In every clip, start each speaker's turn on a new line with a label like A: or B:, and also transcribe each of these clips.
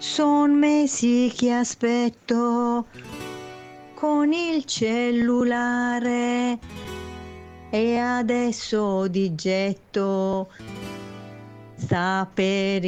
A: Son mesi che aspetto con il cellulare e adesso di getto sta per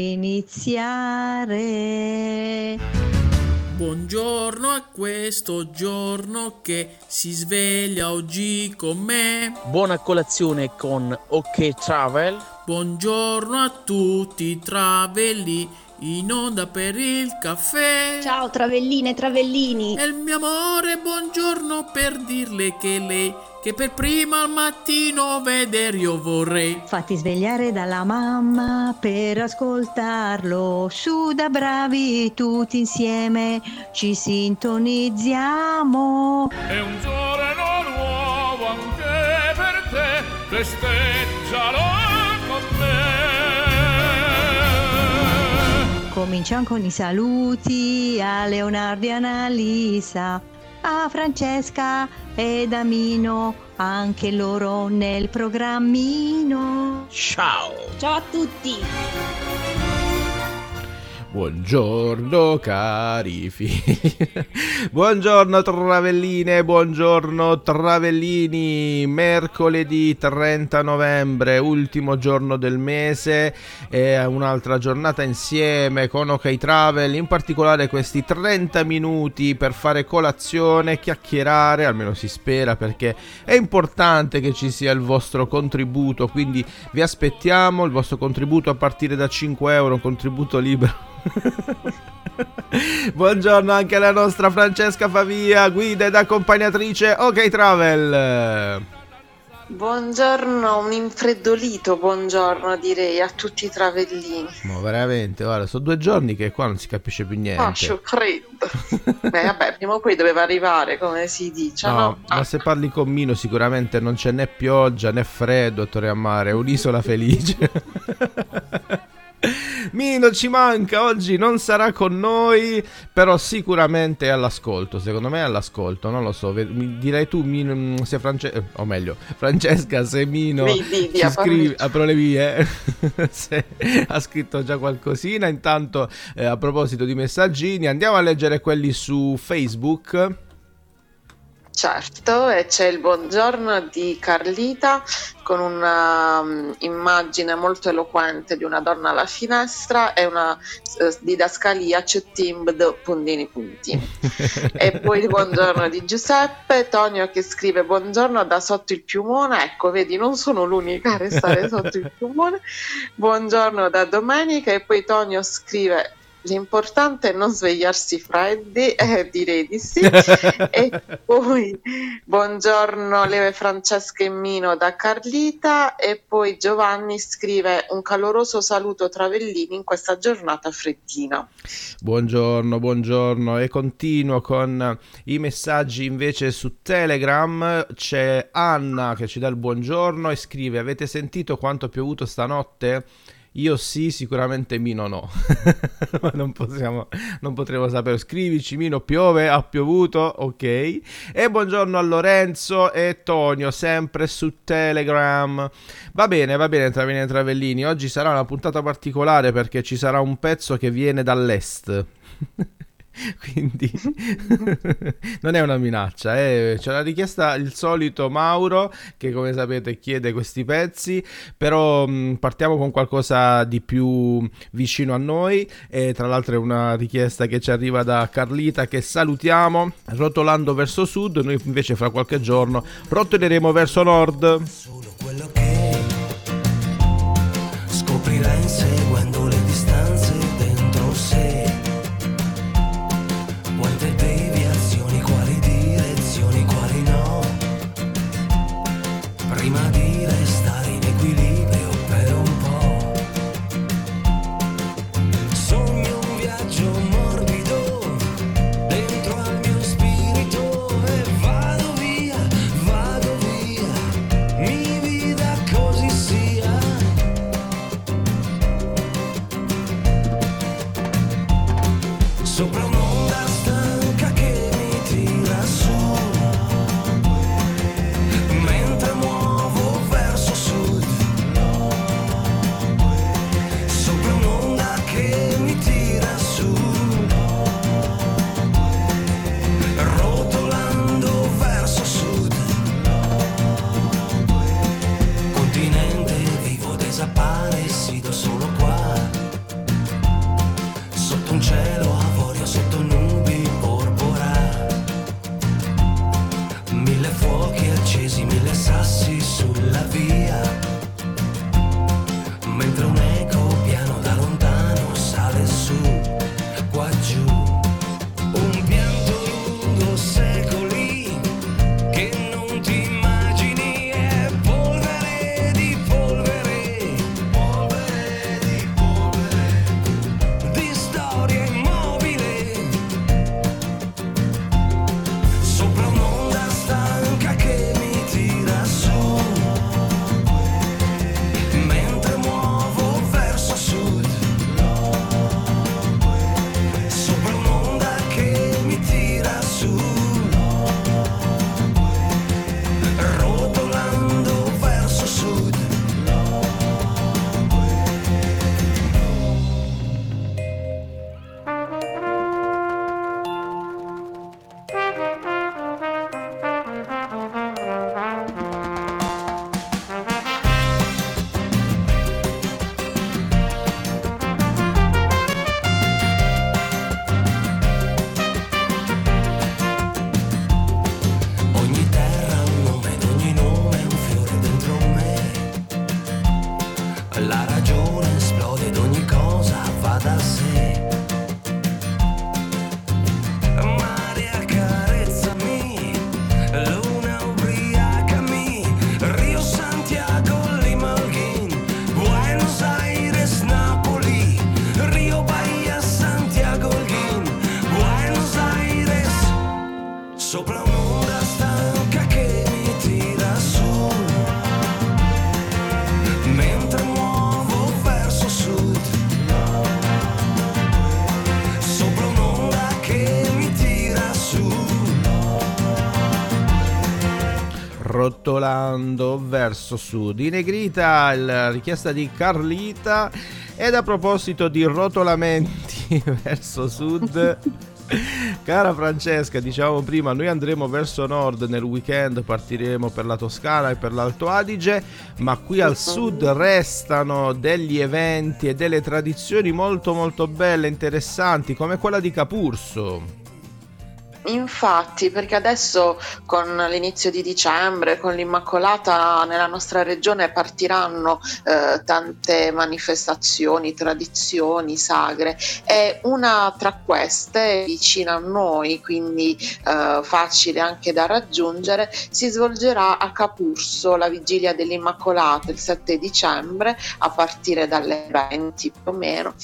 A: iniziare.
B: Buongiorno a questo giorno che si sveglia oggi con me.
C: Buona colazione con OK Travel.
B: Buongiorno a tutti i travelli in onda per il caffè.
D: Ciao travelline e travellini.
B: E il mio amore, buongiorno per dirle che lei che per prima al mattino veder io vorrei.
A: Fatti svegliare dalla mamma per ascoltarlo, su da bravi tutti insieme ci sintonizziamo.
E: È un giorno nuovo anche per te, festeggialo con me.
A: Cominciamo con i saluti a Leonardo e Annalisa, a Francesca ed Amino, anche loro nel programmino.
C: Ciao!
D: Ciao a tutti!
F: Buongiorno cari figli, buongiorno travelline, buongiorno travellini, mercoledì 30 novembre, ultimo giorno del mese e un'altra giornata insieme con OK Travel, in particolare questi 30 minuti per fare colazione, chiacchierare, almeno si spera, perché è importante che ci sia il vostro contributo, quindi vi aspettiamo il vostro contributo a partire da 5 euro, un contributo libero. Buongiorno anche alla nostra Francesca Favia, guida ed accompagnatrice OK Travel.
G: Buongiorno, un infreddolito buongiorno direi a tutti i travellini.
F: Ma veramente, guarda, sono 2 giorni che qua non si capisce più niente.
G: Faccio freddo. Beh, vabbè, prima o poi doveva arrivare, come si dice, no?
F: Ma se parli con Mino sicuramente non c'è né pioggia né freddo a Torre a Mare, è un'isola felice. Mino ci manca, oggi non sarà con noi, però sicuramente è all'ascolto, secondo me è all'ascolto, non lo so, mi direi tu Mino, se o meglio Francesca, se Mino ci scrive, apro le vie, se ha scritto già qualcosina. Intanto a proposito di messaggini, andiamo a leggere quelli su Facebook.
G: Certo, e c'è il buongiorno di Carlita con una immagine molto eloquente di una donna alla finestra e una didascalia c'è Timbed puntini punti. E poi il buongiorno di Giuseppe, Tonio che scrive buongiorno da sotto il piumone, ecco vedi non sono l'unica a restare sotto il piumone. Buongiorno da Domenica e poi Tonio scrive l'importante è non svegliarsi freddi, direi di sì. E poi buongiorno Leo e Francesca e Mino da Carlita e poi Giovanni scrive un caloroso saluto travellini in questa giornata freddina.
F: Buongiorno e continuo con i messaggi invece su Telegram. C'è Anna che ci dà il buongiorno e scrive: avete sentito quanto ha piovuto stanotte? Io sì, sicuramente Mino no. non potremo sapere. Scrivici Mino, piove, ha piovuto, ok. E buongiorno a Lorenzo e Tonio, sempre su Telegram. Va bene, travellini. Oggi sarà una puntata particolare perché ci sarà un pezzo che viene dall'est. Quindi non è una minaccia, c'è la richiesta, il solito Mauro che come sapete chiede questi pezzi, però partiamo con qualcosa di più vicino a noi e tra l'altro è una richiesta che ci arriva da Carlita che salutiamo, rotolando verso sud, noi invece fra qualche giorno rotoleremo verso nord.
H: Solo quello che scoprirà inseguendo le distanze dentro sé. Quante deviazioni, quali direzioni, quali no. Prima di restare in equilibrio per un po'. Sogno un viaggio morbido dentro al mio spirito e vado via, mi
F: rotolando verso sud. In negrita la richiesta di Carlita. Ed a proposito di rotolamenti verso sud, cara Francesca, diciamo prima, noi andremo verso nord nel weekend, partiremo per la Toscana e per l'Alto Adige, ma qui al sud restano degli eventi e delle tradizioni molto molto belle, interessanti, come quella di Capurso.
G: Infatti, perché adesso con l'inizio di dicembre, con l'Immacolata, nella nostra regione partiranno tante manifestazioni, tradizioni, sagre, e una tra queste vicina a noi, quindi facile anche da raggiungere, si svolgerà a Capurso la vigilia dell'Immacolata il 7 dicembre a partire dalle 20 più o meno.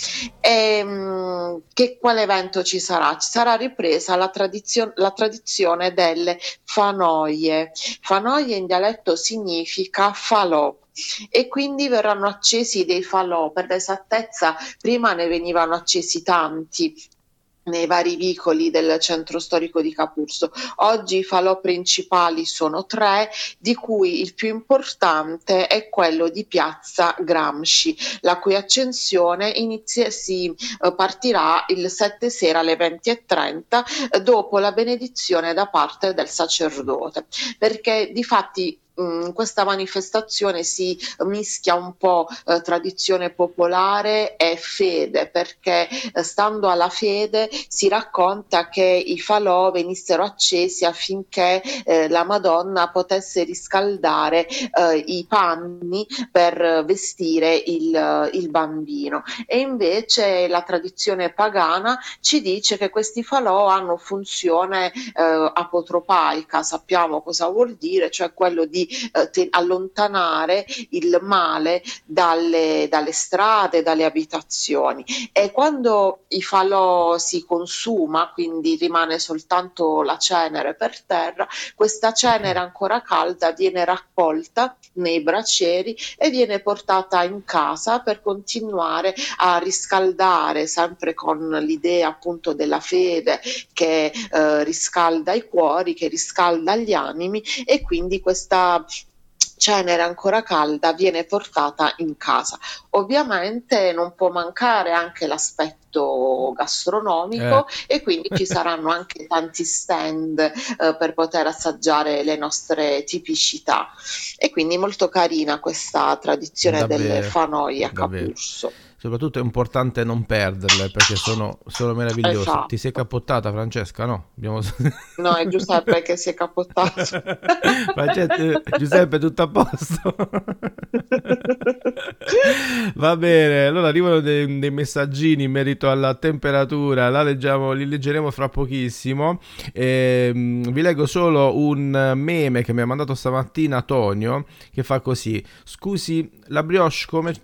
G: E quale evento ci sarà? Ci sarà ripresa la tradizione delle fanoie. Fanoie in dialetto significa falò, e quindi verranno accesi dei falò. Per l'esattezza, prima ne venivano accesi tanti nei vari vicoli del centro storico di Capurso. Oggi i falò principali sono 3, di cui il più importante è quello di Piazza Gramsci, la cui accensione partirà il 7 sera alle 20:30 dopo la benedizione da parte del sacerdote, perché difatti in questa manifestazione si mischia un po' tradizione popolare e fede, perché stando alla fede si racconta che i falò venissero accesi affinché la Madonna potesse riscaldare i panni per vestire il bambino, e invece la tradizione pagana ci dice che questi falò hanno funzione apotropaica. Sappiamo cosa vuol dire, cioè quello di allontanare il male dalle strade, dalle abitazioni. E quando i falò si consuma, quindi rimane soltanto la cenere per terra, questa cenere ancora calda viene raccolta nei bracieri e viene portata in casa per continuare a riscaldare, sempre con l'idea appunto della fede che riscalda i cuori, che riscalda gli animi, e quindi questa cenere ancora calda viene portata in casa. Ovviamente non può mancare anche l'aspetto gastronomico, e quindi ci saranno anche tanti stand per poter assaggiare le nostre tipicità, e quindi molto carina questa tradizione delle fanoie a Capurso.
F: Soprattutto è importante non perderle, perché sono meravigliose. Esatto. Ti sei cappottata, Francesca? No,
G: no, è Giuseppe che si è cappottato.
F: Giuseppe, tutto a posto? Va bene, allora arrivano dei messaggini in merito alla temperatura, li leggeremo fra pochissimo. Vi leggo solo un meme che mi ha mandato stamattina Tonio, che fa così: scusi, la brioche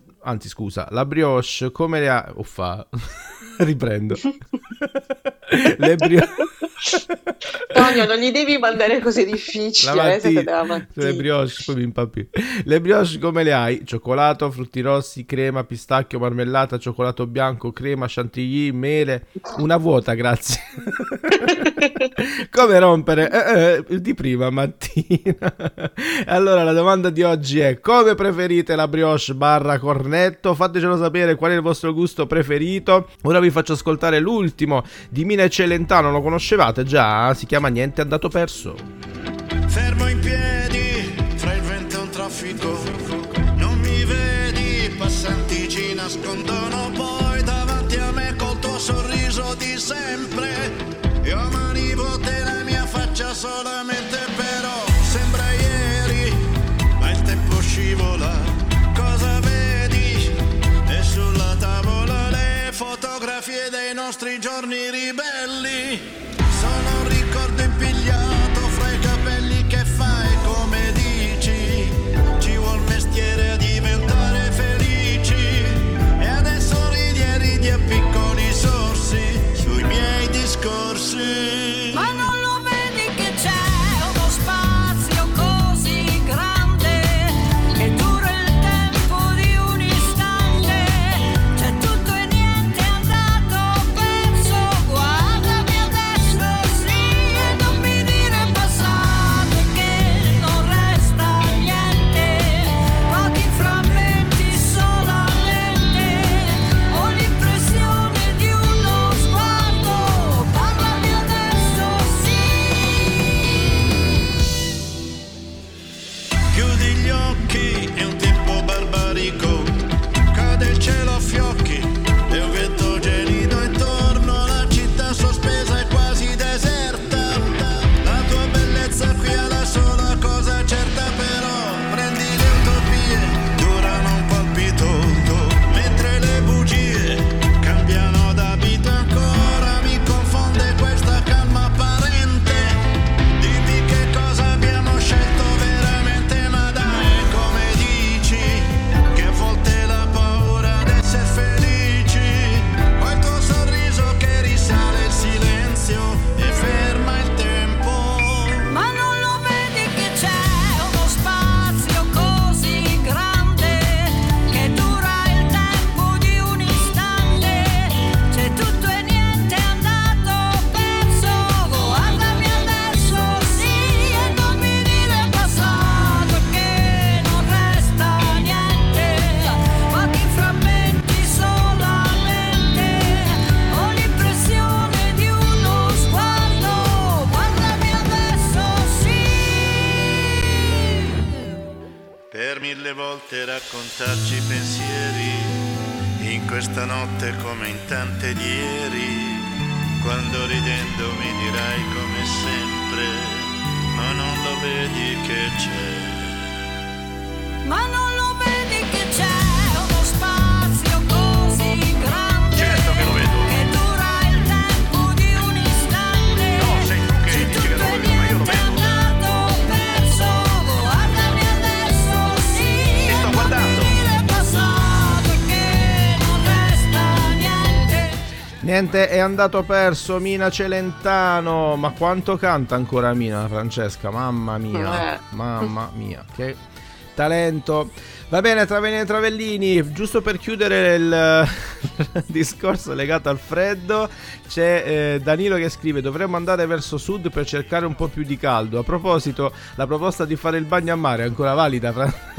F: come le ha... riprendo. Le
G: Tonio, non gli devi mandare cose difficili.
F: Le brioche, poi mi impappi. Le brioche come le hai? Cioccolato, frutti rossi, crema, pistacchio, marmellata, cioccolato bianco, crema, chantilly, mele. Una vuota, grazie. Come rompere? Di prima mattina. Allora, la domanda di oggi è: come preferite la brioche / cornetto? Fatecelo sapere qual è il vostro gusto preferito. Ora vi faccio ascoltare l'ultimo di Mina e Celentano. Lo conoscevate già? Si chiama Niente è andato perso.
I: Fermo in piedi fra il vento e un traffico, non mi vedi, passanti ci nascondono, poi davanti a me col tuo sorriso di sempre io manivo della mia faccia solamente, però sembra ieri ma il tempo scivola. Cosa vedi? E sulla tavola le fotografie dei nostri giorni ribelli, sono un ricordo impigliato fra i capelli. Che fai, come dici? Ci vuol mestiere a diventare felici, e adesso ridi a piccoli sorsi sui miei discorsi.
J: Ma non lo vedi che c'è uno spazio così grande che dura il tempo di un istante, c'è tutto e niente è andato perso, guardami adesso sì, e non mi dire
I: volte raccontarci pensieri, in questa notte come in tante di ieri, quando ridendo mi dirai come sempre, ma non lo vedi che c'è.
J: Ma non lo vedi che c'è uno spazio così grande?
I: Certo che lo vedo.
J: Che dura il tempo di un istante.
I: No, sei tu che dici che non lo vedo, ma io lo vedo.
J: Andato perso, guardami adesso, sì.
I: Ti sto guardando.
J: È passato che non resta niente.
F: Niente, è andato perso Mina Celentano. Ma quanto canta ancora Mina, Francesca? Mamma mia, mamma mia, che talento. Va bene, Travellini, giusto per chiudere il discorso legato al freddo, c'è Danilo che scrive: dovremmo andare verso sud per cercare un po' più di caldo. A proposito, la proposta di fare il bagno a mare è ancora valida?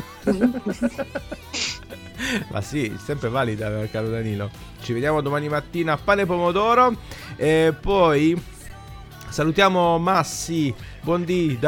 F: Ma sì, sempre valida, caro Danilo. Ci vediamo domani mattina a Pane Pomodoro. E poi salutiamo Massi, buondì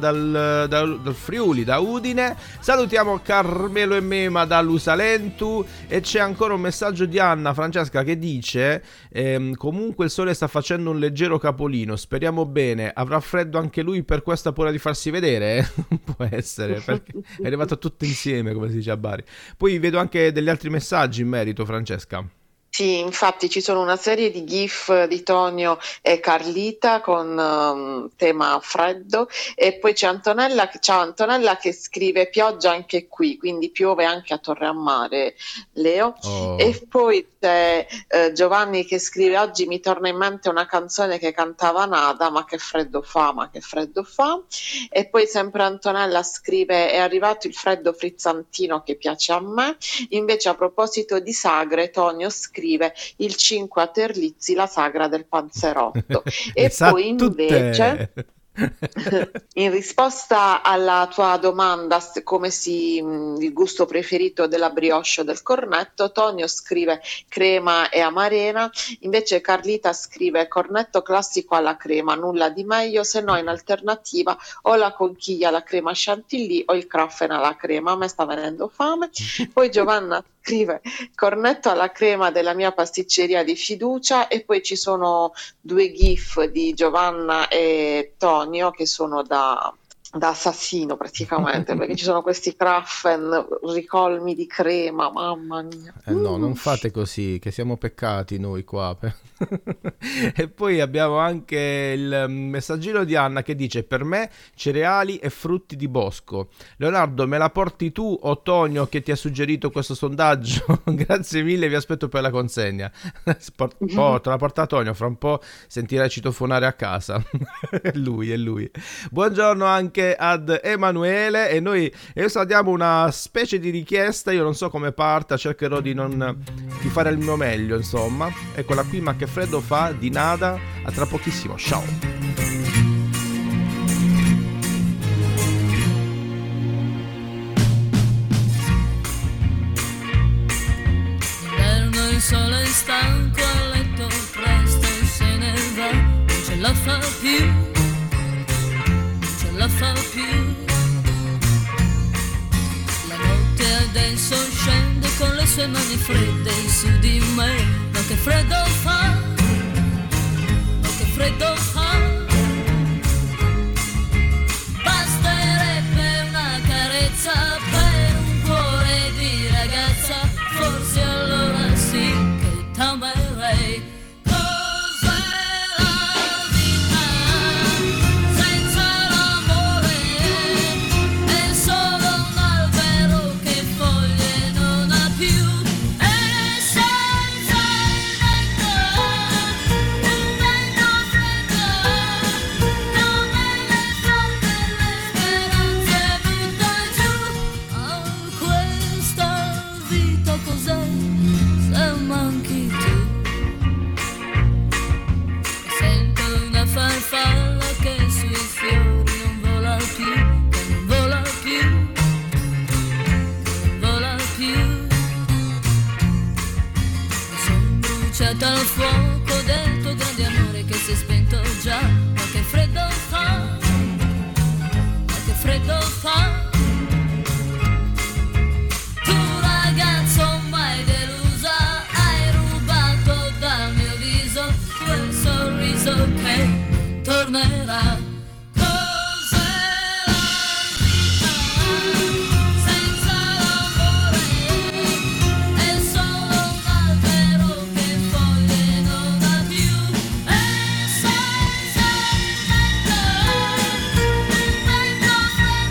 F: dal Friuli, da Udine. Salutiamo Carmelo e Mema dall'Usalentu. E c'è ancora un messaggio di Anna Francesca che dice: comunque il sole sta facendo un leggero capolino, speriamo bene. Avrà freddo anche lui, per questo ha paura di farsi vedere? Può essere, perché è arrivato tutto insieme, come si dice a Bari. Poi vedo anche degli altri messaggi in merito, Francesca.
G: Sì, infatti ci sono una serie di gif di Tonio e Carlita con tema freddo, e poi c'è Antonella, ciao Antonella, che scrive pioggia anche qui, quindi piove anche a Torreammare, Leo. E poi c'è Giovanni che scrive: oggi mi torna in mente una canzone che cantava Nada, ma che freddo fa, ma che freddo fa. E poi sempre Antonella scrive: è arrivato il freddo frizzantino che piace a me. Invece a proposito di sagre, Tonio scrive: il 5 a Terlizzi, la sagra del Panzerotto. E poi invece in risposta alla tua domanda come il gusto preferito della brioche o del cornetto, Tonio scrive crema e amarena, invece Carlita scrive cornetto classico alla crema, nulla di meglio, se no in alternativa o la conchiglia alla crema chantilly o il Kraffen alla crema. A me sta venendo fame. Poi Giovanna scrive cornetto alla crema della mia pasticceria di fiducia. E poi ci sono due gif di Giovanna e Tonio che sono da assassino praticamente, perché ci sono questi Kraffen ricolmi di crema, mamma mia.
F: No, non fate così, che siamo peccati noi qua. E poi abbiamo anche il messaggino di Anna che dice: per me cereali e frutti di bosco. Leonardo, me la porti tu o Tonio che ti ha suggerito questo sondaggio? Grazie mille, vi aspetto per la consegna. Te la porta Tonio, fra un po' sentirai citofonare a casa. È lui. Buongiorno anche ad Emanuele. E noi adesso diamo una specie di richiesta, io non so come parta, cercherò di fare il mio meglio, insomma. Eccola qui, ma che freddo fa, di Nada. A tra pochissimo, ciao.
J: L'inverno il sole è stanco, a letto presto se ne va, non ce la fa più. La fa più. La notte adesso scende con le sue mani fredde su di me. Ma che freddo fa, ma che freddo fa. Basterebbe una carezza per un cuore di ragazza, forse allora sì che t'amerei. Dal fuoco del tuo grande amore che si è spento già. Ma che freddo fa, ma che freddo fa. tornerà. Cos'è la vita senza l'amore? È solo un albero che foglie non ha più. E senza il vento freddo,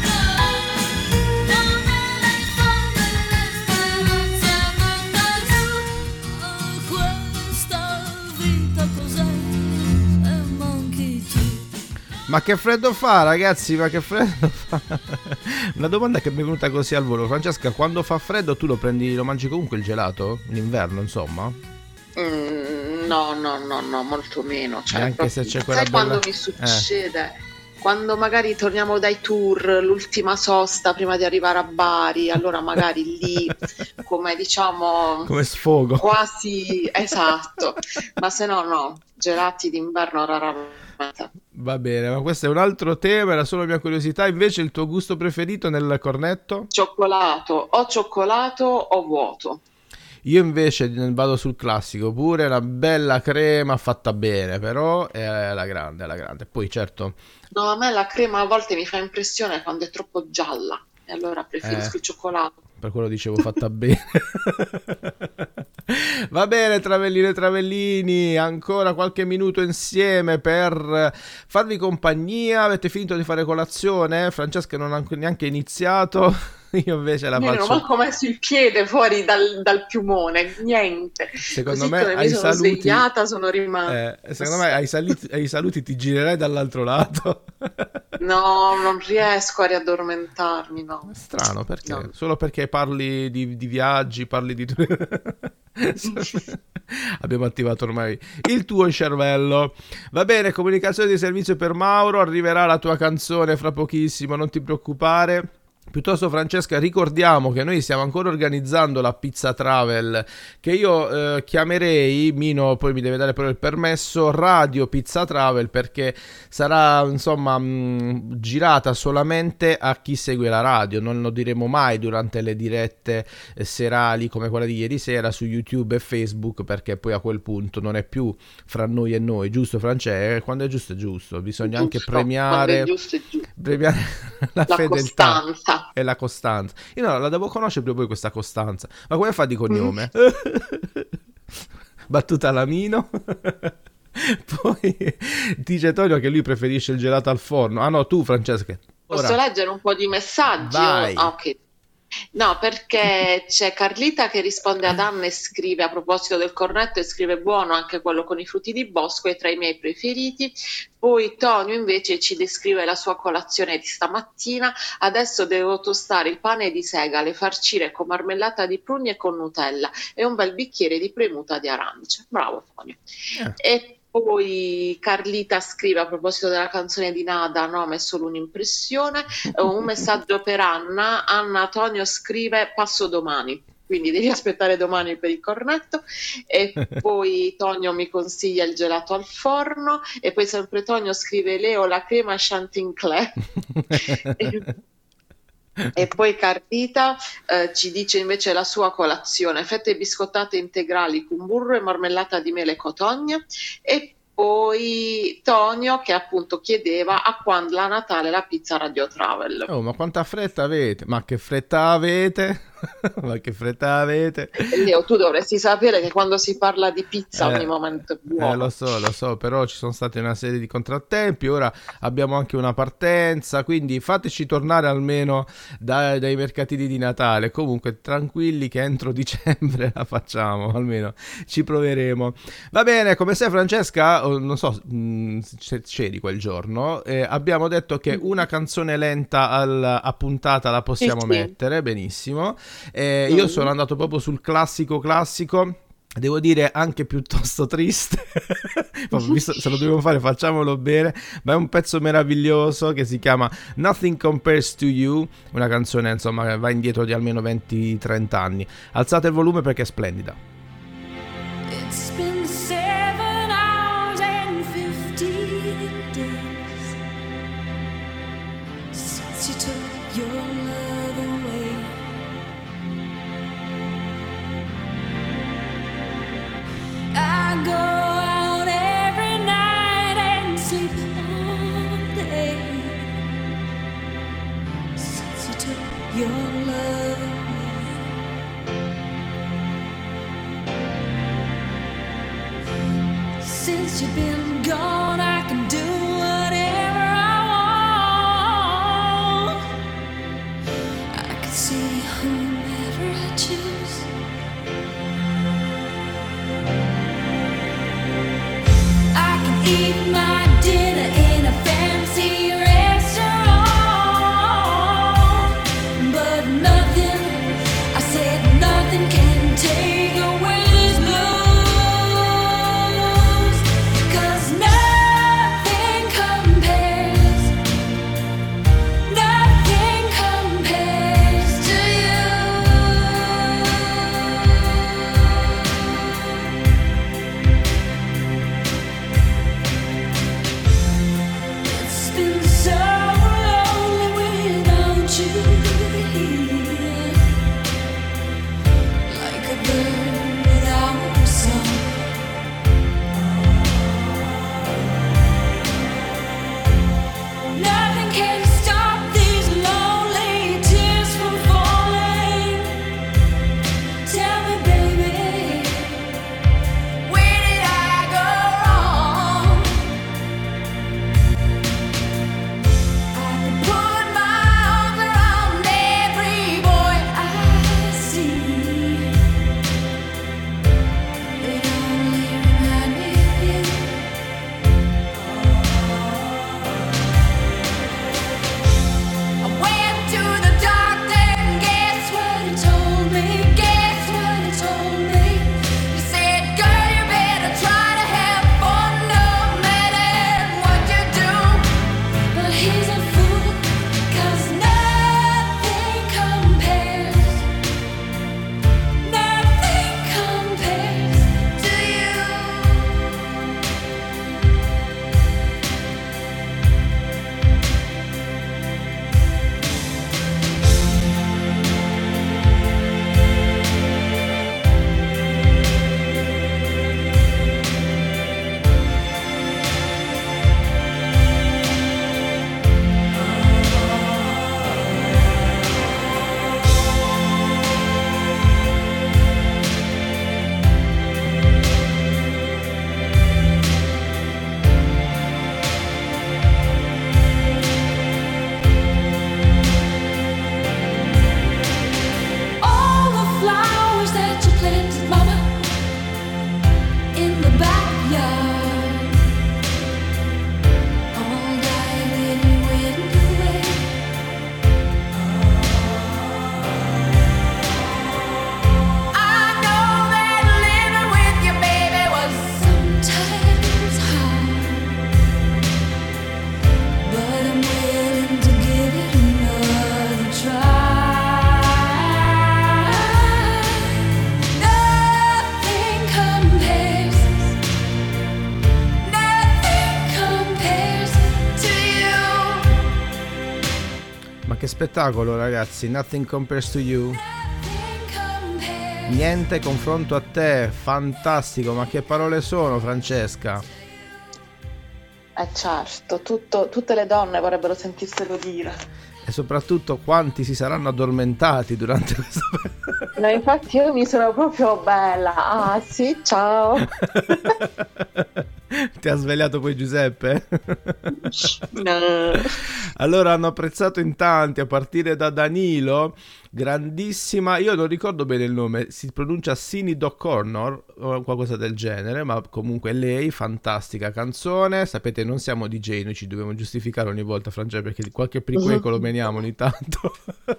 J: come le fonde le speranze andate giù. Oh, questa vita cos'è? E manchi tu.
F: Ma che freddo fa, ragazzi? Ma che freddo fa? Una domanda che mi è venuta così al volo. Francesca, quando fa freddo tu lo prendi, lo mangi comunque il gelato? In inverno, insomma?
G: No, molto meno. Cioè,
F: Anche se c'è quella
G: sai
F: bella...
G: quando mi succede? Quando magari torniamo dai tour, l'ultima sosta prima di arrivare a Bari, allora magari lì, come diciamo,
F: Come sfogo.
G: quasi esatto, ma se no, gelati d'inverno raramente.
F: Va bene, ma questo è un altro tema, era solo mia curiosità. Invece il tuo gusto preferito nel cornetto?
G: Cioccolato o vuoto.
F: Io invece vado sul classico, pure una bella crema fatta bene, però è la grande, è la grande. Poi certo,
G: No, a me la crema a volte mi fa impressione quando è troppo gialla, e allora preferisco il cioccolato.
F: per quello dicevo fatta bene. Va bene, travelline e travellini, ancora qualche minuto insieme per farvi compagnia. Avete finito di fare colazione? Francesca non ha neanche iniziato. Io invece la
G: Io non ho
F: faccio.
G: manco messo il piede fuori dal piumone, niente.
F: Secondo
G: Così
F: me
G: come
F: ai
G: mi sono
F: saluti,
G: svegliata, sono rimasta.
F: secondo me ai saluti ti girerai dall'altro lato.
G: No, non riesco a riaddormentarmi, no.
F: Strano, perché?
G: No.
F: Solo perché parli di viaggi, parli di... Abbiamo attivato ormai il tuo cervello. Va bene, comunicazione di servizio per Mauro. Arriverà la tua canzone fra pochissimo, non ti preoccupare. Piuttosto, Francesca, ricordiamo che noi stiamo ancora organizzando la Pizza Travel, che io chiamerei, Mino poi mi deve dare però il permesso, Radio Pizza Travel, perché sarà insomma girata solamente a chi segue la radio. Non lo diremo mai durante le dirette serali come quella di ieri sera su YouTube e Facebook, perché poi a quel punto non è più fra noi e noi, giusto Francesca? Quando è giusto, bisogna anche premiare, premiare la fedeltà.
G: Costanza.
F: E la costanza. Io no, la devo conoscere proprio poi questa costanza. Ma come fa di cognome? Battuta alla Mino. Poi dice Tonio che lui preferisce il gelato al forno. Ah no, tu Francesca.
G: Posso leggere un po' di messaggi?
F: Vai.
G: Ok. No, perché c'è Carlita che risponde ad Anna e scrive a proposito del cornetto, e scrive: buono anche quello con i frutti di bosco, è tra i miei preferiti. Poi Tonio invece ci descrive la sua colazione di stamattina: adesso devo tostare il pane di segale, farcire con marmellata di prugne e con Nutella e un bel bicchiere di premuta di arance. Bravo Tonio. E poi Carlita scrive a proposito della canzone di Nada: no, ma è solo un'impressione. Un messaggio per Anna. Tonio scrive: passo domani, quindi devi aspettare domani per il cornetto. E poi Tonio mi consiglia il gelato al forno. E poi sempre Tonio scrive: Leo, la crema Chantincler. E poi Carlita ci dice invece la sua colazione: fette biscottate integrali con burro e marmellata di mele cotogne. E poi Tonio che appunto chiedeva a quando a Natale la pizza Radio Travel.
F: Oh, ma quanta fretta avete? Ma che fretta avete? Ma che fretta avete?
G: Leo, tu dovresti sapere che quando si parla di pizza ogni momento è buono.
F: Lo so, però ci sono state una serie di contrattempi, ora abbiamo anche una partenza, quindi fateci tornare almeno dai mercatini di Natale. Comunque tranquilli che entro dicembre la facciamo, almeno ci proveremo. Va bene, come sai Francesca, non so se c'eri quel giorno, abbiamo detto che una canzone lenta a puntata la possiamo mettere, benissimo. Io sono andato proprio sul classico, devo dire anche piuttosto triste. Visto, se lo dobbiamo fare facciamolo bene, ma è un pezzo meraviglioso che si chiama Nothing Compares to You, una canzone insomma che va indietro di almeno 20-30 anni. Alzate il volume perché è splendida.
J: It's been 7 hours and 15 days since you took your love away. I go out every night and sleep since you've been gone, I can do whatever I want. I can see whomever I choose. I can eat my dinner in a fancy restaurant, but nothing, I said nothing can take away these blues, 'cause nothing compares to you. It's been so lonely without you here, like a bird without a song. Nothing can stop these lonely tears from falling. Tell me, baby, where did I go wrong? I can put my arms around every boy I see. They only remind me of you. I went to the doctor and guess what he told me? Guess what he told me? He said, girl, you better try to have fun no matter what you do. But he's a fool, 'cause nothing compares to you. All the flowers that you planted, mama, in the backyard, all died when you went away. I know that living with you, baby, was sometimes hard, but I'm willing to give it another try. Nothing compares to you.
F: Ma che spettacolo, ragazzi, Nothing Compares to You.
J: Nothing compares.
F: Niente confronto a te, fantastico, ma che parole sono, Francesca?
G: Certo, tutte le donne vorrebbero sentirselo dire.
F: E soprattutto quanti si saranno addormentati durante questo
G: No, infatti io mi sono proprio bella. Ah sì, ciao.
F: Ti ha svegliato poi Giuseppe?
G: No.
F: Allora hanno apprezzato in tanti, a partire da Danilo, grandissima, io non ricordo bene il nome, si pronuncia Cindy O'Connor o qualcosa del genere, ma comunque lei, fantastica canzone. Sapete, non siamo DJ, noi ci dobbiamo giustificare ogni volta, Francesca, perché qualche prequel lo meniamo ogni tanto.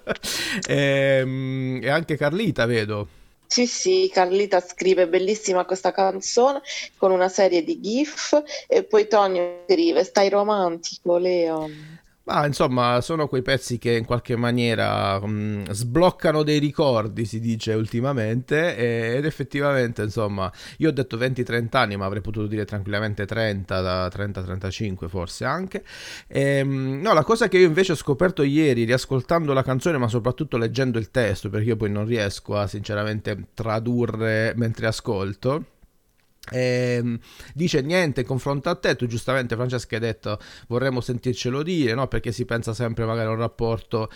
F: E anche Carlita, vedo.
G: Sì, Carlita scrive bellissima questa canzone con una serie di gif, e poi Tonio scrive stai romantico, Leo.
F: Ma insomma, sono quei pezzi che in qualche maniera sbloccano dei ricordi, si dice ultimamente, ed effettivamente, insomma, io ho detto 20-30 anni, ma avrei potuto dire tranquillamente 30, da 30-35 forse anche. No, la cosa che io invece ho scoperto ieri, riascoltando la canzone, ma soprattutto leggendo il testo, perché io poi non riesco a sinceramente tradurre mentre ascolto, Dice niente in confronto a te. Tu giustamente, Francesca, hai detto vorremmo sentircelo dire, no? Perché si pensa sempre magari a un rapporto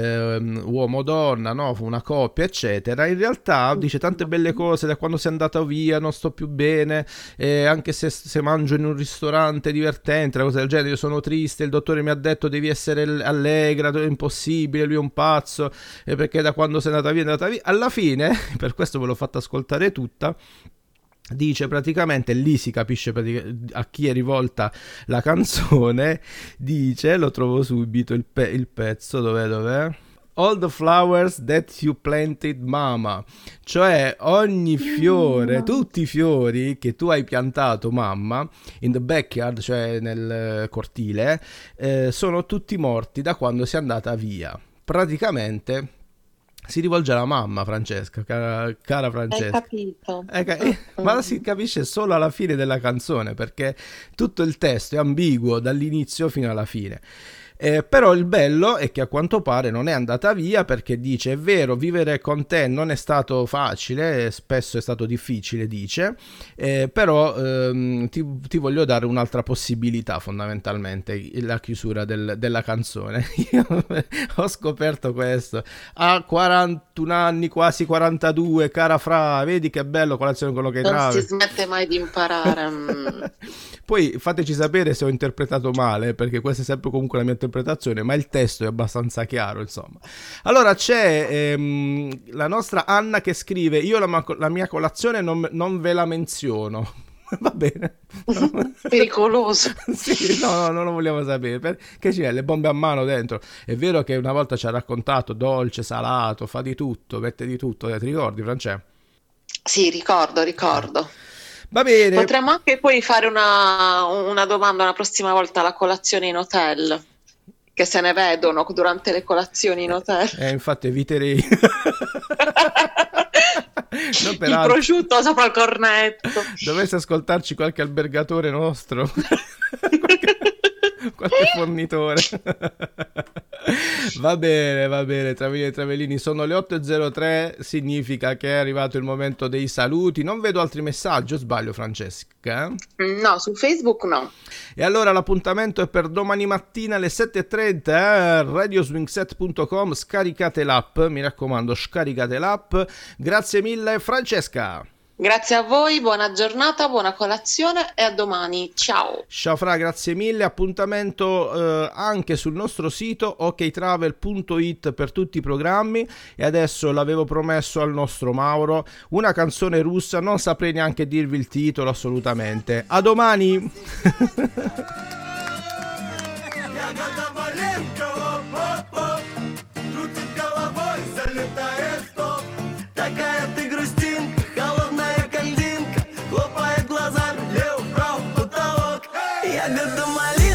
F: uomo-donna, no? Una coppia eccetera. In realtà dice tante belle cose: da quando sei andata via non sto più bene, anche se mangio in un ristorante divertente, una cosa del genere, io sono triste, il dottore mi ha detto devi essere allegra, è impossibile, lui è un pazzo, perché da quando sei andata via è andata via. Alla fine, per questo ve l'ho fatta ascoltare tutta, dice praticamente, lì si capisce a chi è rivolta la canzone. Dice, lo trovo subito il pezzo, dov'è? All the flowers that you planted, mama. Cioè ogni fiore, tutti i fiori che tu hai piantato, mamma, in the backyard, cioè nel cortile, sono tutti morti da quando sei andata via. Praticamente si rivolge alla mamma, Francesca, cara Francesca.
G: Hai capito?
F: Ma si capisce solo alla fine della canzone, perché tutto il testo è ambiguo dall'inizio fino alla fine. Però il bello è che a quanto pare non è andata via, perché dice è vero, vivere con te non è stato facile, spesso è stato difficile, dice, però ti voglio dare un'altra possibilità, fondamentalmente la chiusura della canzone. Io ho scoperto questo a 41 anni, quasi 42, cara Fra, vedi che bello colazione con lo che
G: non si smette mai di imparare.
F: Poi fateci sapere se ho interpretato male, perché questa è sempre comunque la mia interpretazione, ma il testo è abbastanza chiaro, insomma. Allora c'è la nostra Anna che scrive: io la mia colazione non ve la menziono. Va bene.
G: Pericoloso.
F: Sì, no, non lo vogliamo sapere, perché c'è le bombe a mano dentro. È vero che una volta ci ha raccontato dolce, salato, fa di tutto, mette di tutto, ti ricordi, Francesca?
G: Sì, ricordo.
F: Va bene.
G: Potremmo anche poi fare una domanda una prossima volta alla colazione in hotel, che se ne vedono durante le colazioni in hotel.
F: Infatti eviterei.
G: Il prosciutto sopra il cornetto.
F: Dovesse ascoltarci qualche albergatore nostro. Qualche fornitore. Va bene, Travellini e Travellini, sono le 8.03, significa che è arrivato il momento dei saluti. Non vedo altri messaggi, o sbaglio, Francesca?
G: No, su Facebook no.
F: E allora l'appuntamento è per domani mattina alle 7.30, radioswingset.com, scaricate l'app, mi raccomando, scaricate l'app. Grazie mille, Francesca.
G: Grazie a voi, buona giornata, buona colazione e a domani. Ciao.
F: Ciao Fra, grazie mille. Appuntamento anche sul nostro sito oktravel.it per tutti i programmi. E adesso l'avevo promesso al nostro Mauro, una canzone russa, non saprei neanche dirvi il titolo assolutamente. A domani.
H: Ягода малина.